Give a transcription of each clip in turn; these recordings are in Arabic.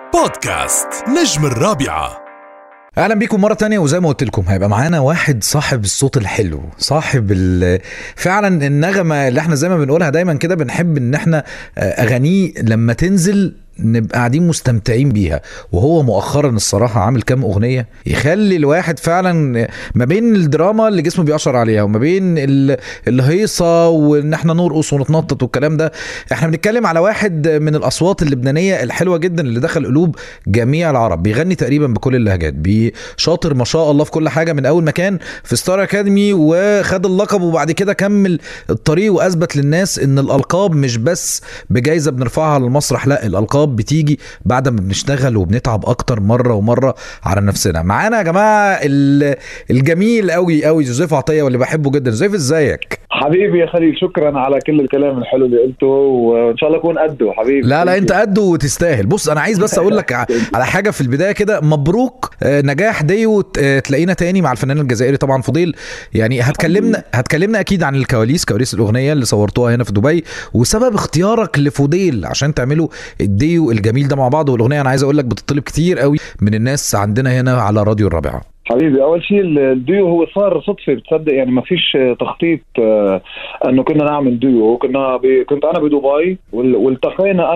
بودكاست نجم الرابعة. اهلا بيكم مره تانية. وزي ما قلت لكم هيبقى معانا واحد صاحب الصوت الحلو، صاحب فعلا النغمه اللي احنا زي ما بنقولها دايما كده، بنحب ان احنا اغانيه لما تنزل نبقى قاعدين مستمتعين بيها. وهو مؤخرا الصراحه عامل كام اغنيه يخلي الواحد فعلا ما بين الدراما اللي جسمه بيأشر عليها وما بين الهيصه وان احنا نرقص ونتنطط والكلام ده. احنا بنتكلم على واحد من الاصوات اللبنانيه الحلوه جدا اللي دخل قلوب جميع العرب، بيغني تقريبا بكل اللهجات، شاطر ما شاء الله في كل حاجه، من اول ما كان في ستار اكاديمي وخد اللقب وبعد كده كمل الطريق واثبت للناس ان الالقاب مش بس بجائزه بنرفعها على المسرح، لا، الالقاب بتيجي بعد ما بنشتغل وبنتعب اكتر مره ومره على نفسنا. معانا يا جماعه الجميل قوي قوي جوزيف عطيه، واللي بحبه جدا. جوزيف ازيك حبيبي يا خليل؟ شكرا على كل الكلام الحلو اللي قلته، وان شاء الله اكون قده حبيبي. لا انت قده وتستاهل. بص انا عايز بس اقول لك على حاجه في البدايه كده. مبروك نجاح ديو، تلاقينا تاني مع الفنان الجزائري طبعا فضيل. يعني هتكلمنا اكيد عن كواليس الاغنيه اللي صورتوها هنا في دبي، وسبب اختيارك لفضيل عشان تعملوا الديو الجميل ده مع بعض. والاغنيه انا عايز اقول لك بتطلب كتير قوي من الناس عندنا هنا على راديو الرابعه. حبيبي، اول شيء الديو هو صار صدفه، بتصدق يعني ما فيش تخطيط انه كنا نعمل ديو. كنت انا بدبي والتقينا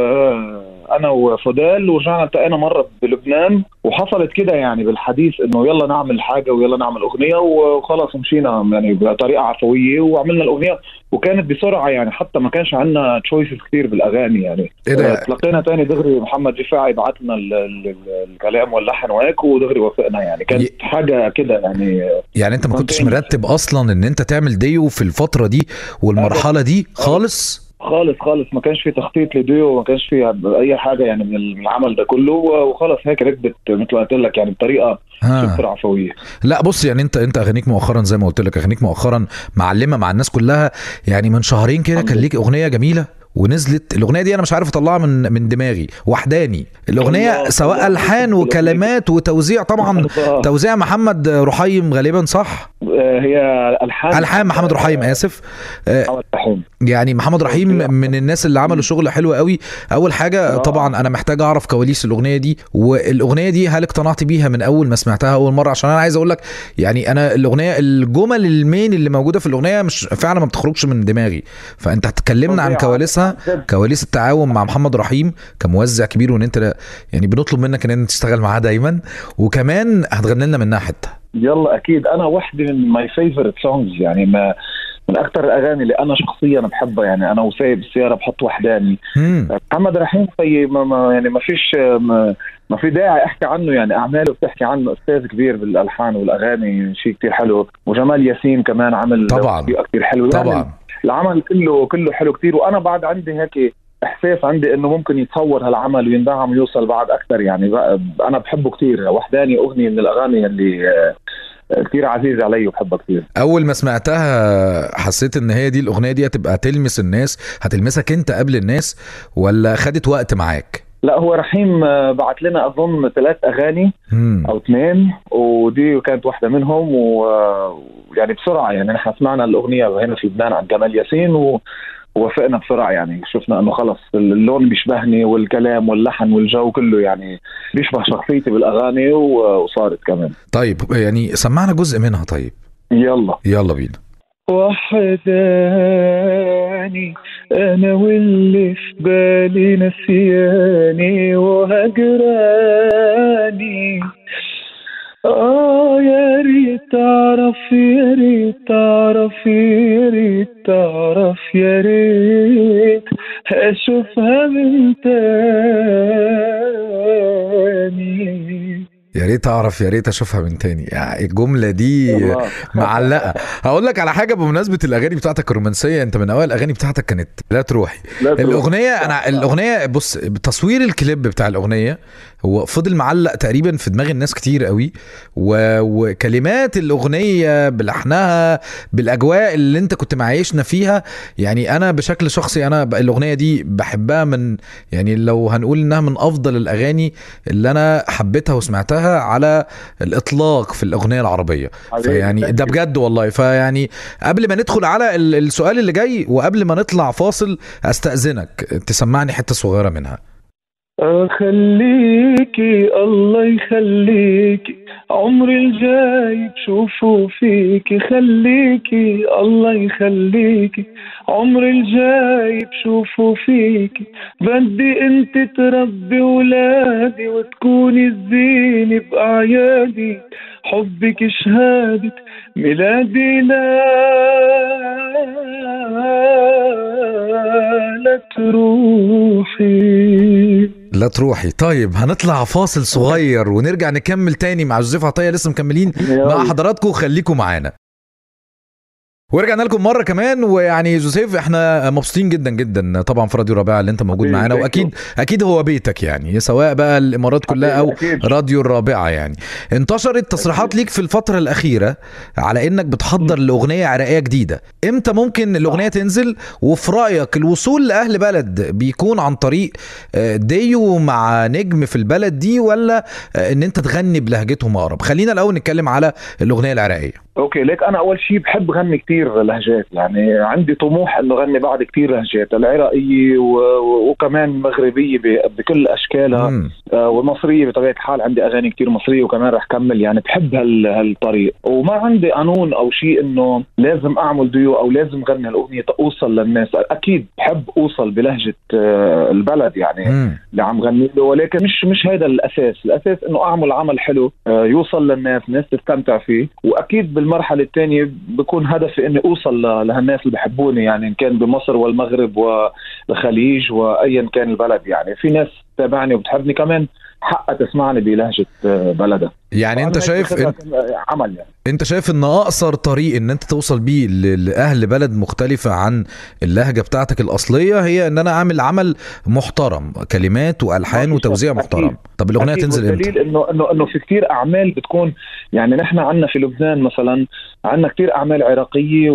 انا وفضيل، ورجعنا التقينا مره بلبنان، وحصلت كده يعني بالحديث انه يلا نعمل حاجه ويلا نعمل اغنيه، وخلاص مشينا يعني بطريقه عفويه وعملنا الاغنيه، وكانت بسرعه يعني، حتى ما كانش عندنا تشويسز كثير بالاغاني يعني. تلقينا تاني دغري محمد رفاعي بعت لنا الكلام واللحن وهيك، ودغري وافقنا يعني. كانت حاجه كده يعني انت ما كنتش مرتب اصلا ان انت تعمل ديو في الفتره دي والمرحله دي خالص ما كانش في تخطيط لديو، ما كانش في اي حاجه يعني من العمل ده كله، وخلاص هيك ركبت مثل ما قلت لك يعني بطريقه سوبر عفويه. لا بص، يعني انت اغانيك مؤخرا زي ما قلت لك، اغانيك مؤخرا معلمه مع الناس كلها. يعني من شهرين كده كان ليك اغنيه جميله ونزلت. الاغنيه دي انا مش عارف اطلعها من دماغي، وحداني الاغنيه، سواء الحان وكلمات وتوزيع. طبعا توزيع محمد رحيم غالبا، صح؟ هي الحان محمد رحيم، اسف. يعني محمد رحيم من الناس اللي عملوا شغل حلو قوي. اول حاجه طبعا انا محتاج اعرف كواليس الاغنيه دي، والاغنيه دي هل اقتنعت بيها من اول ما سمعتها اول مره؟ عشان انا عايز اقول لك يعني انا الاغنيه، الجمل المين اللي موجوده في الاغنيه مش فعلا ما بتخرجش من دماغي. فانت هتكلمنا عن كواليسها، كواليس التعاون مع محمد رحيم كموزع كبير، وان انت يعني بنطلب منك ان انت تشتغل معاه دايما، وكمان هتغني لنا منها حته. يلا اكيد. انا واحده من ماي فيفورت سونجز، يعني من اكثر الاغاني اللي انا شخصيا بحبها. يعني انا وسايب السياره بحط وحداني. محمد رحيم يعني ما في داعي احكي عنه، يعني اعماله بتحكي عنه. استاذ كبير بالالحان والاغاني، شيء كتير حلو. وجمال ياسين كمان عمل كتير حلو طبعا. يعني العمل كله حلو كتير. وانا بعد عندي هيك احساس عندي انه ممكن يتصور هالعمل ويندعم ويوصل بعد اكثر. يعني انا بحبه كتير. وحداني اغنيه من الاغاني اللي كتير عزيزة علي وبحبها كتير. اول ما سمعتها حسيت ان هي دي الاغنيه دي هتبقى تلمس الناس، هتلمسك انت قبل الناس، ولا خدت وقت معاك؟ لا، هو رحيم بعت لنا اظن 3 اغاني او 2، ودي كانت واحده منهم. ويعني بسرعه يعني نحن سمعنا الاغنيه هنا في لبنان عن جمال ياسين، ووافقنا بسرعه. يعني شفنا انه خلص اللون بيشبهني، والكلام واللحن والجو كله يعني بيشبه شخصيتي بالاغاني، وصارت كمان. طيب يعني سمعنا جزء منها. طيب يلا بينا. وحداني انا واللي في بالي نسياني وهجراني. يا ريت تعرف، يا ريت تعرف، يا ريت تعرف، يا ريت اشوفها من تاني. يا ريت اعرف، يا ريت اشوفها من تاني. يعني الجمله دي معلقه. هقول لك على حاجه بمناسبه الاغاني بتاعتك الرومانسيه. انت من اوائل الاغاني بتاعتك كانت لا تروحي. الاغنيه بص، تصوير الكليب بتاع الاغنيه هو فضل معلق تقريبا في دماغ الناس كتير قوي، وكلمات الاغنيه بلحنها بالاجواء اللي انت كنت معايشنا فيها. يعني انا بشكل شخصي انا الاغنيه دي بحبها، من يعني لو هنقول انها من افضل الاغاني اللي انا حبيتها وسمعتها على الاطلاق في الاغنيه العربيه. فيعني ده بجد والله. فيعني قبل ما ندخل على السؤال اللي جاي، وقبل ما نطلع فاصل، استأذنك تسمعني حته صغيره منها. خليكي الله يخليكي، عمري الجاي بشوفه فيكي. خليكي الله يخليكي، عمري الجاي بشوفه فيكي. بدي انت تربي ولادي وتكوني الزينة بأعيادي. حبك شهادة ميلادي، لا تروحي لا تروحي. طيب هنطلع فاصل صغير ونرجع نكمل تاني مع جوزيف عطية، لسه مكملين مع حضراتكم، خليكم معانا. ورجعنا لكم مره كمان. ويعني جوزيف احنا مبسوطين جدا جدا طبعا في راديو الرابعه اللي انت موجود معانا، واكيد هو بيتك يعني، سواء بقى الامارات كلها او راديو الرابعه. يعني انتشرت تصريحات ليك في الفتره الاخيره على انك بتحضر لاغنيه عراقيه جديده. امتى ممكن الاغنيه تنزل؟ وفي رايك الوصول لاهل بلد بيكون عن طريق ديو مع نجم في البلد دي، ولا ان انت تغني بلهجتهم اقرب؟ خلينا الاول نتكلم على الاغنيه العراقيه. اوكي، ليك انا اول شيء بحب غني كتير لهجات، يعني عندي طموح انه غني بعد كتير لهجات، العراقيه وكمان مغربيه بكل اشكالها، والمصريه بطبيعه الحال. عندي اغاني كتير مصريه وكمان رح كمل، يعني بحب هالطريق. وما عندي قانون او شيء انه لازم اعمل ديو او لازم غني هالاغنيه اوصل للناس. اكيد بحب اوصل بلهجه البلد يعني اللي عم غني له، ولكن مش هذا الاساس. الاساس انه اعمل عمل حلو يوصل للناس، الناس تستمتع فيه. واكيد بالمرحله الثانيه بكون هدفي اني اوصل لهالناس اللي بحبوني، يعني ان كان بمصر والمغرب والخليج وايا كان البلد. يعني في ناس تابعني وبتحبني كمان حقها تسمعني بلهجه بلدها. يعني انت شايف عمل يعني انت شايف ان اقصر طريق ان انت توصل بيه لاهل بلد مختلفه عن اللهجه بتاعتك الاصليه هي ان انا اعمل عمل محترم، كلمات والحان وتوزيع محترم. طب الاغنيه تنزل امتى؟ الدليل انه في كتير اعمال بتكون، يعني نحن عندنا في لبنان مثلا عندنا كتير اعمال عراقيه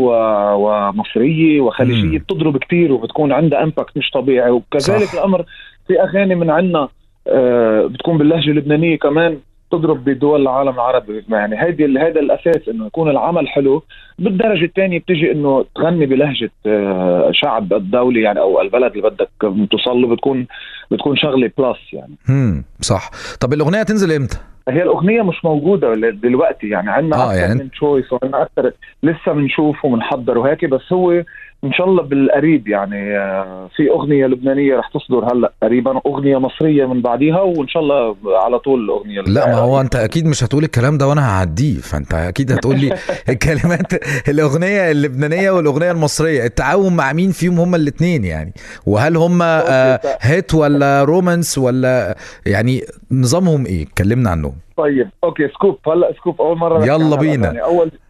ومصريه وخليجيه بتضرب كتير وبتكون عندها امباكت مش طبيعي. وكذلك الامر في اغاني من عندنا بتكون باللهجه اللبنانيه كمان تضرب بدول العالم العربي. يعني هذا الاساس انه يكون العمل حلو. بالدرجه الثانيه بتجي انه تغني بلهجه شعب الدوله يعني او البلد اللي بدك توصل له، بتكون شغله بلس يعني. صح. طب الاغنيه تنزل امتى؟ هي الاغنيه مش موجوده دلوقتي، يعني عندنا اكثر يعني من تشويس وعندنا اكثر لسه بنشوف وبنحضر وهيك. بس هو ان شاء الله بالقريب يعني في اغنيه لبنانيه رح تصدر هلا قريبا، اغنيه مصريه من بعديها، وان شاء الله على طول الاغنيه. لا ما هو انت اكيد مش هتقول الكلام ده وانا هعديه، فانت اكيد هتقول لي الكلمات الاغنيه اللبنانيه والاغنيه المصريه التعاون مع مين فيهم هما الاثنين يعني، وهل هما هيت ولا رومانس ولا يعني نظامهم ايه؟ كلمنا عنهم. طيب اوكي، سكوب. هلا سكوب اول مره يلا بينا. يعني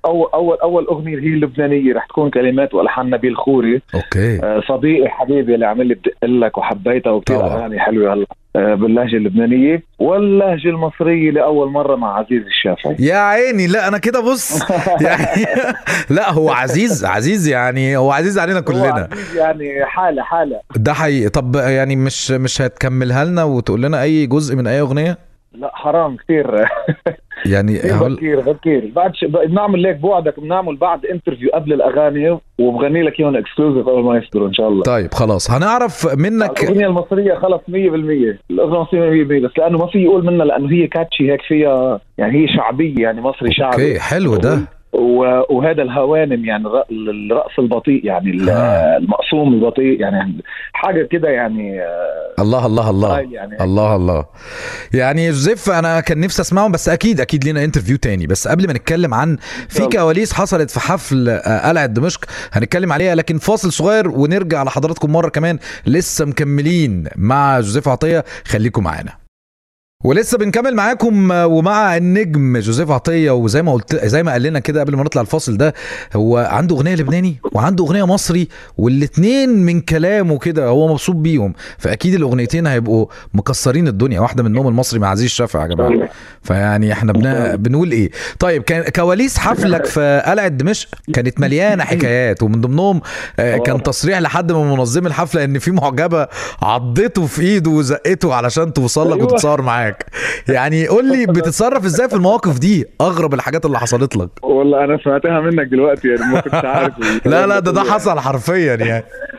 اول اغنيه هي اللبنانيه رح تكون كلمات والحان نبيل خوري. اوكي. صديقي حبيبي اللي عمل لي بدق لك وحبيتها، وكثير اغاني حلوه هلا باللهجه اللبنانيه. واللهجه المصريه لاول مره مع عزيز الشافعي. يا عيني، لا انا كده بص يعني لا هو عزيز يعني هو عزيز علينا كلنا. هو عزيز يعني حاله ده حقيقي. طب يعني مش هتكملها لنا وتقول لنا اي جزء من اي اغنيه؟ لا حرام كثير يعني بكير بعد بنعمل ليك بوعدك، بنعمل بعد انترفيو قبل الاغاني وبغني لك اياهم اكسكلوزيف اول ما يصدروا ان شاء الله. طيب خلاص هنعرف منك. الاغنيه المصريه خلص 100%، الاغنيه المصريه 100%، بس لانه ما في يقول منها لانه هي كاتشي هيك فيها يعني، هي شعبيه يعني مصري شعبي. اوكي حلو ده. وهذا الهوانم يعني الرقص البطيء يعني المقسوم البطيء يعني حاجه كده يعني. الله الله الله يعني. الله يعني جوزيف انا كان نفسي اسمعهم، بس اكيد لينا انترفيو تاني. بس قبل ما نتكلم عن في كواليس حصلت في حفل قلعة دمشق هنتكلم عليها، لكن فاصل صغير ونرجع لحضراتكم مره كمان. لسه مكملين مع جوزيف عطية، خليكم معانا. ولسه بنكمل معاكم ومع النجم جوزيف عطية. وزي ما قال لنا كده قبل ما نطلع الفاصل ده، هو عنده اغنيه لبناني وعنده اغنيه مصري، والاتنين من كلامه كده هو مبسوط بيهم. فاكيد الاغنيتين هيبقوا مكسرين الدنيا، واحده منهم المصري مع عزيز الشافعي يا جماعه. فيعني احنا بنقول ايه. طيب كواليس حفلك في قلعة دمشق كانت مليانه حكايات، ومن ضمنهم كان تصريح لحد من منظمي الحفله ان في معجبه عضته في ايده وزقته علشان توصل لك وتتصور معاك. يعني قول لي بتتصرف ازاي في المواقف دي؟ اغرب الحاجات اللي حصلت لك. والله انا سمعتها منك دلوقتي يعني ما كنتش عارف لا ده حصل حرفيا يعني.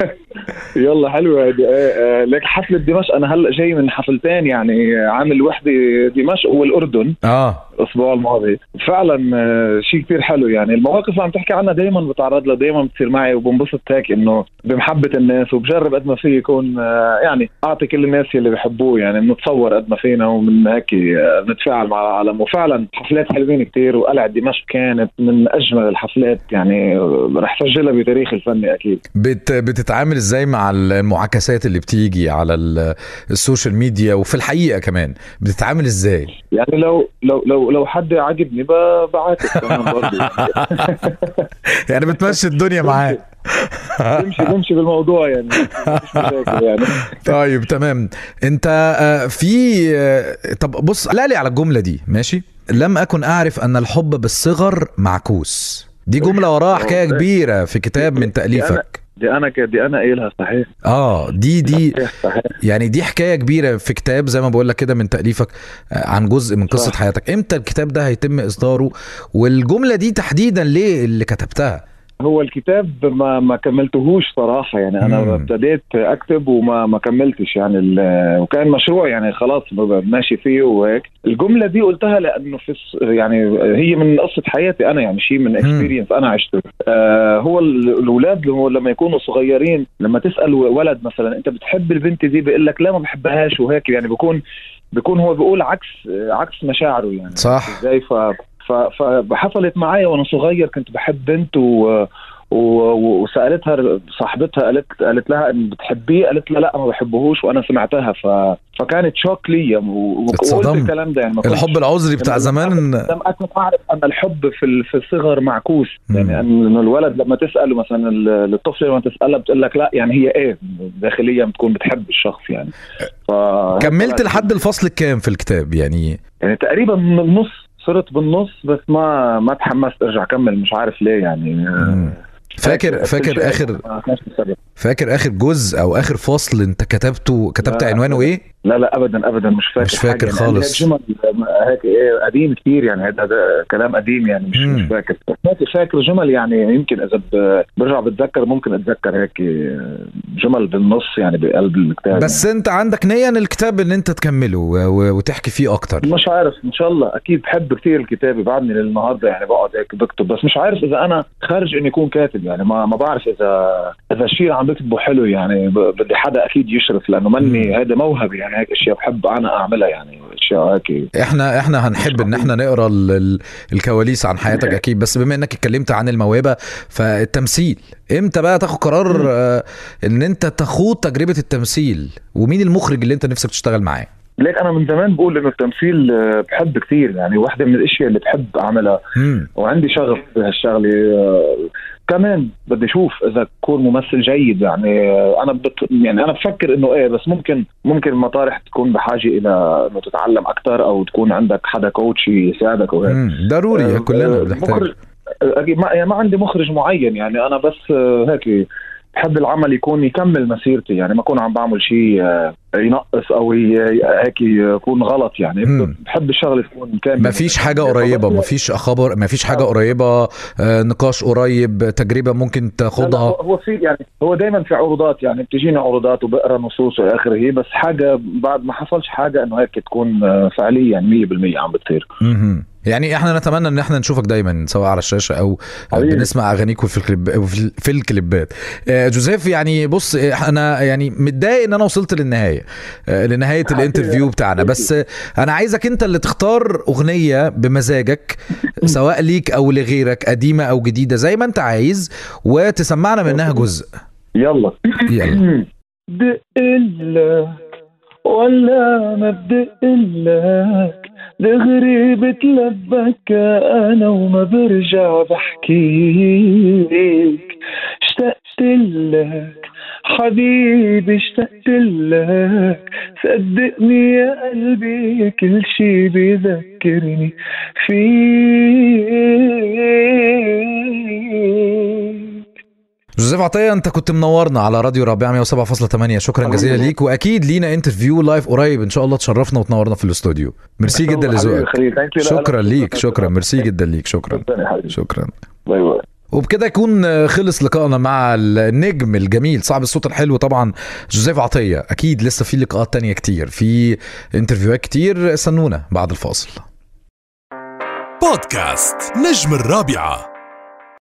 يلا حلوة هذه. لك حفلة دمشق، أنا هلأ جاي من حفلتين، يعني عامل وحدة دمشق والأردن الأسبوع الماضي. فعلا شيء كتير حلو. يعني المواقف اللي عم تحكي عنها دايما بتعرض لها، دايما بتصير معي وبنبسط هيك إنه بمحبة الناس، وبجرب قد ما في يكون يعني أعطي كل الناس اللي بحبوه، يعني بنتصور قد ما فينا ومن هيك نتفاعل مع العالم. وفعلا حفلات حلوين كتير، وقلعة دمشق كانت من أجمل الحفلات، يعني رح سجلها بتاريخ الفني أكيد. بتتعامل إزاي مع المعاكسات اللي بتيجي على السوشيال ميديا وفي الحقيقة كمان بتتعامل إزاي؟ يعني لو حد عاجبني بعاكس كمان برضه يعني بتمشي الدنيا معاه. بمشي بالموضوع يعني، مش مشاكل يعني. طيب تمام. انت طب بص لا لي على الجملة دي ماشي. لم أكن أعرف أن الحب بالصغر معكوس، دي جملة وراها حكاية كبيرة في كتاب من تأليفك. دي انا قايلها صحيح. دي صحيح. يعني دي حكايه كبيره في كتاب زي ما بقول لك كده من تأليفك عن جزء من قصه صح. حياتك. امتى الكتاب ده هيتم اصداره؟ والجمله دي تحديدا ليه اللي كتبتها؟ هو الكتاب ما كملتهوش صراحة، يعني أنا ابتديت أكتب وما كملتش يعني وكان مشروع يعني خلاص ماشي فيه وهيك. الجملة دي قلتها لأنه يعني هي من قصة حياتي أنا، يعني شيء من اكسبيرينس أنا عشته. هو الأولاد لما يكونوا صغيرين، لما تسأل ولد مثلا أنت بتحب البنت دي، بيقول لك لا ما بحبهاش وهيك، يعني بيكون هو بيقول عكس مشاعره يعني صح. ازاي فحصلت معايا وانا صغير، كنت بحب بنت وسألتها صاحبتها، قالت لها ان بتحبيه، قالت لها لا ما بحبهوش، وانا سمعتها فكانت شوك لي وقلت الكلام ده. يعني الحب العذري بتاع زمان. لم اكن اعرف ان الحب في الصغر معكوس، يعني ان الولد لما تساله مثلا الطفل لما تسالها بتقول لك لا، يعني هي ايه داخليا بتكون بتحب الشخص يعني. كملت لحد الفصل الكام في الكتاب؟ يعني تقريبا من النص، صرت بالنص بس ما تحمست ارجع اكمل، مش عارف ليه يعني. فاكر اخر جزء او اخر فصل انت كتبت عنوانه ايه؟ لا ابدا مش فاكر يعني خالص. جمل هيك قديم كتير يعني، هذا كلام قديم يعني، مش فاكر جمل يعني. يمكن اذا برجع بتذكر ممكن اتذكر هيك جمل بالنص يعني بقلب الكتاب. بس يعني انت عندك نية الكتاب ان انت تكمله وتحكي فيه اكتر؟ مش عارف، ان شاء الله اكيد بحب كتير الكتاب، بعدني للنهارده يعني بقعد هيك بكتب، بس مش عارف اذا انا خارج اني اكون كاتب يعني. ما بعرف اذا الشيء عم بكتبه حلو يعني. بدي حدا اكيد يشرف، لانه مني هذا موهبه يعني. هيك اشياء بحب انا اعملها يعني، اشياء هيك. احنا هنحب ان احنا نقرا الكواليس عن حياتك اكيد. بس بما انك اتكلمت عن الموهبه، فالتمثيل امتى بقى تاخد قرار ان انت تخوض تجربه التمثيل؟ ومين المخرج اللي انت نفسك تشتغل معاه؟ ليك انا من زمان بقول انه التمثيل بحب كتير يعني، واحدة من الاشياء اللي بحب اعملها وعندي شغف بهالشغله. كمان بدي اشوف اذا اكون ممثل جيد يعني. انا بفكر انه ايه، بس ممكن المطارح تكون بحاجه الى انه تتعلم اكثر، او تكون عندك حدا كوتش يساعدك وهيك. ضروري كلنا بنحتاج. ما عندي مخرج معين يعني، انا بس هيك بحب العمل يكمل مسيرتي يعني، ما اكون عم بعمل شيء ينقص او هيك يكون غلط يعني. بحب الشغله تكون كامله. ما فيش حاجه قريبه، ما فيش خبر، ما فيش حاجه قريبه، نقاش قريب، تجربه ممكن تاخدها؟ هو في يعني، هو دايما في عروضات يعني، بتجينا عروضات وبقرا نصوص والى اخره، بس حاجه بعد ما حصلش حاجه انه هيك تكون فعليا 100% عم بتصير. يعني احنا نتمنى ان احنا نشوفك دايما سواء على الشاشه او بنسمع اغانيك في الكليبات. جوزيف يعني بص، انا يعني متضايق ان انا وصلت لنهايه الانترفيو بتاعنا، بس انا عايزك انت اللي تختار اغنيه بمزاجك سواء ليك او لغيرك، قديمه او جديده زي ما انت عايز، وتسمعنا منها جزء. يلا دق ولا ما بدقلك، دغري بتلبك انا وما برجع بحكيك. اشتقت لك حبيبي، اشتقت لك، صدقني يا قلبي كل شي بيذكرني فيك. جوزيف عطية، انت كنت منورنا على راديو رابعة 107.8. شكرا جزيلا ليك، واكيد لينا انترفيو لايف قريب ان شاء الله، تشرفنا وتنورنا في الاستوديو. ميرسي جدا لذوقك. شكرا ليك، شكرا، ميرسي جدا ليك، شكرا. باي باي. وبكده يكون خلص لقائنا مع النجم الجميل صاحب الصوت الحلو طبعا جوزيف عطية. اكيد لسه في لقاءات تانية كتير، في انترفيوهات كتير، استنونا بعد الفاصل. بودكاست نجم الرابعة.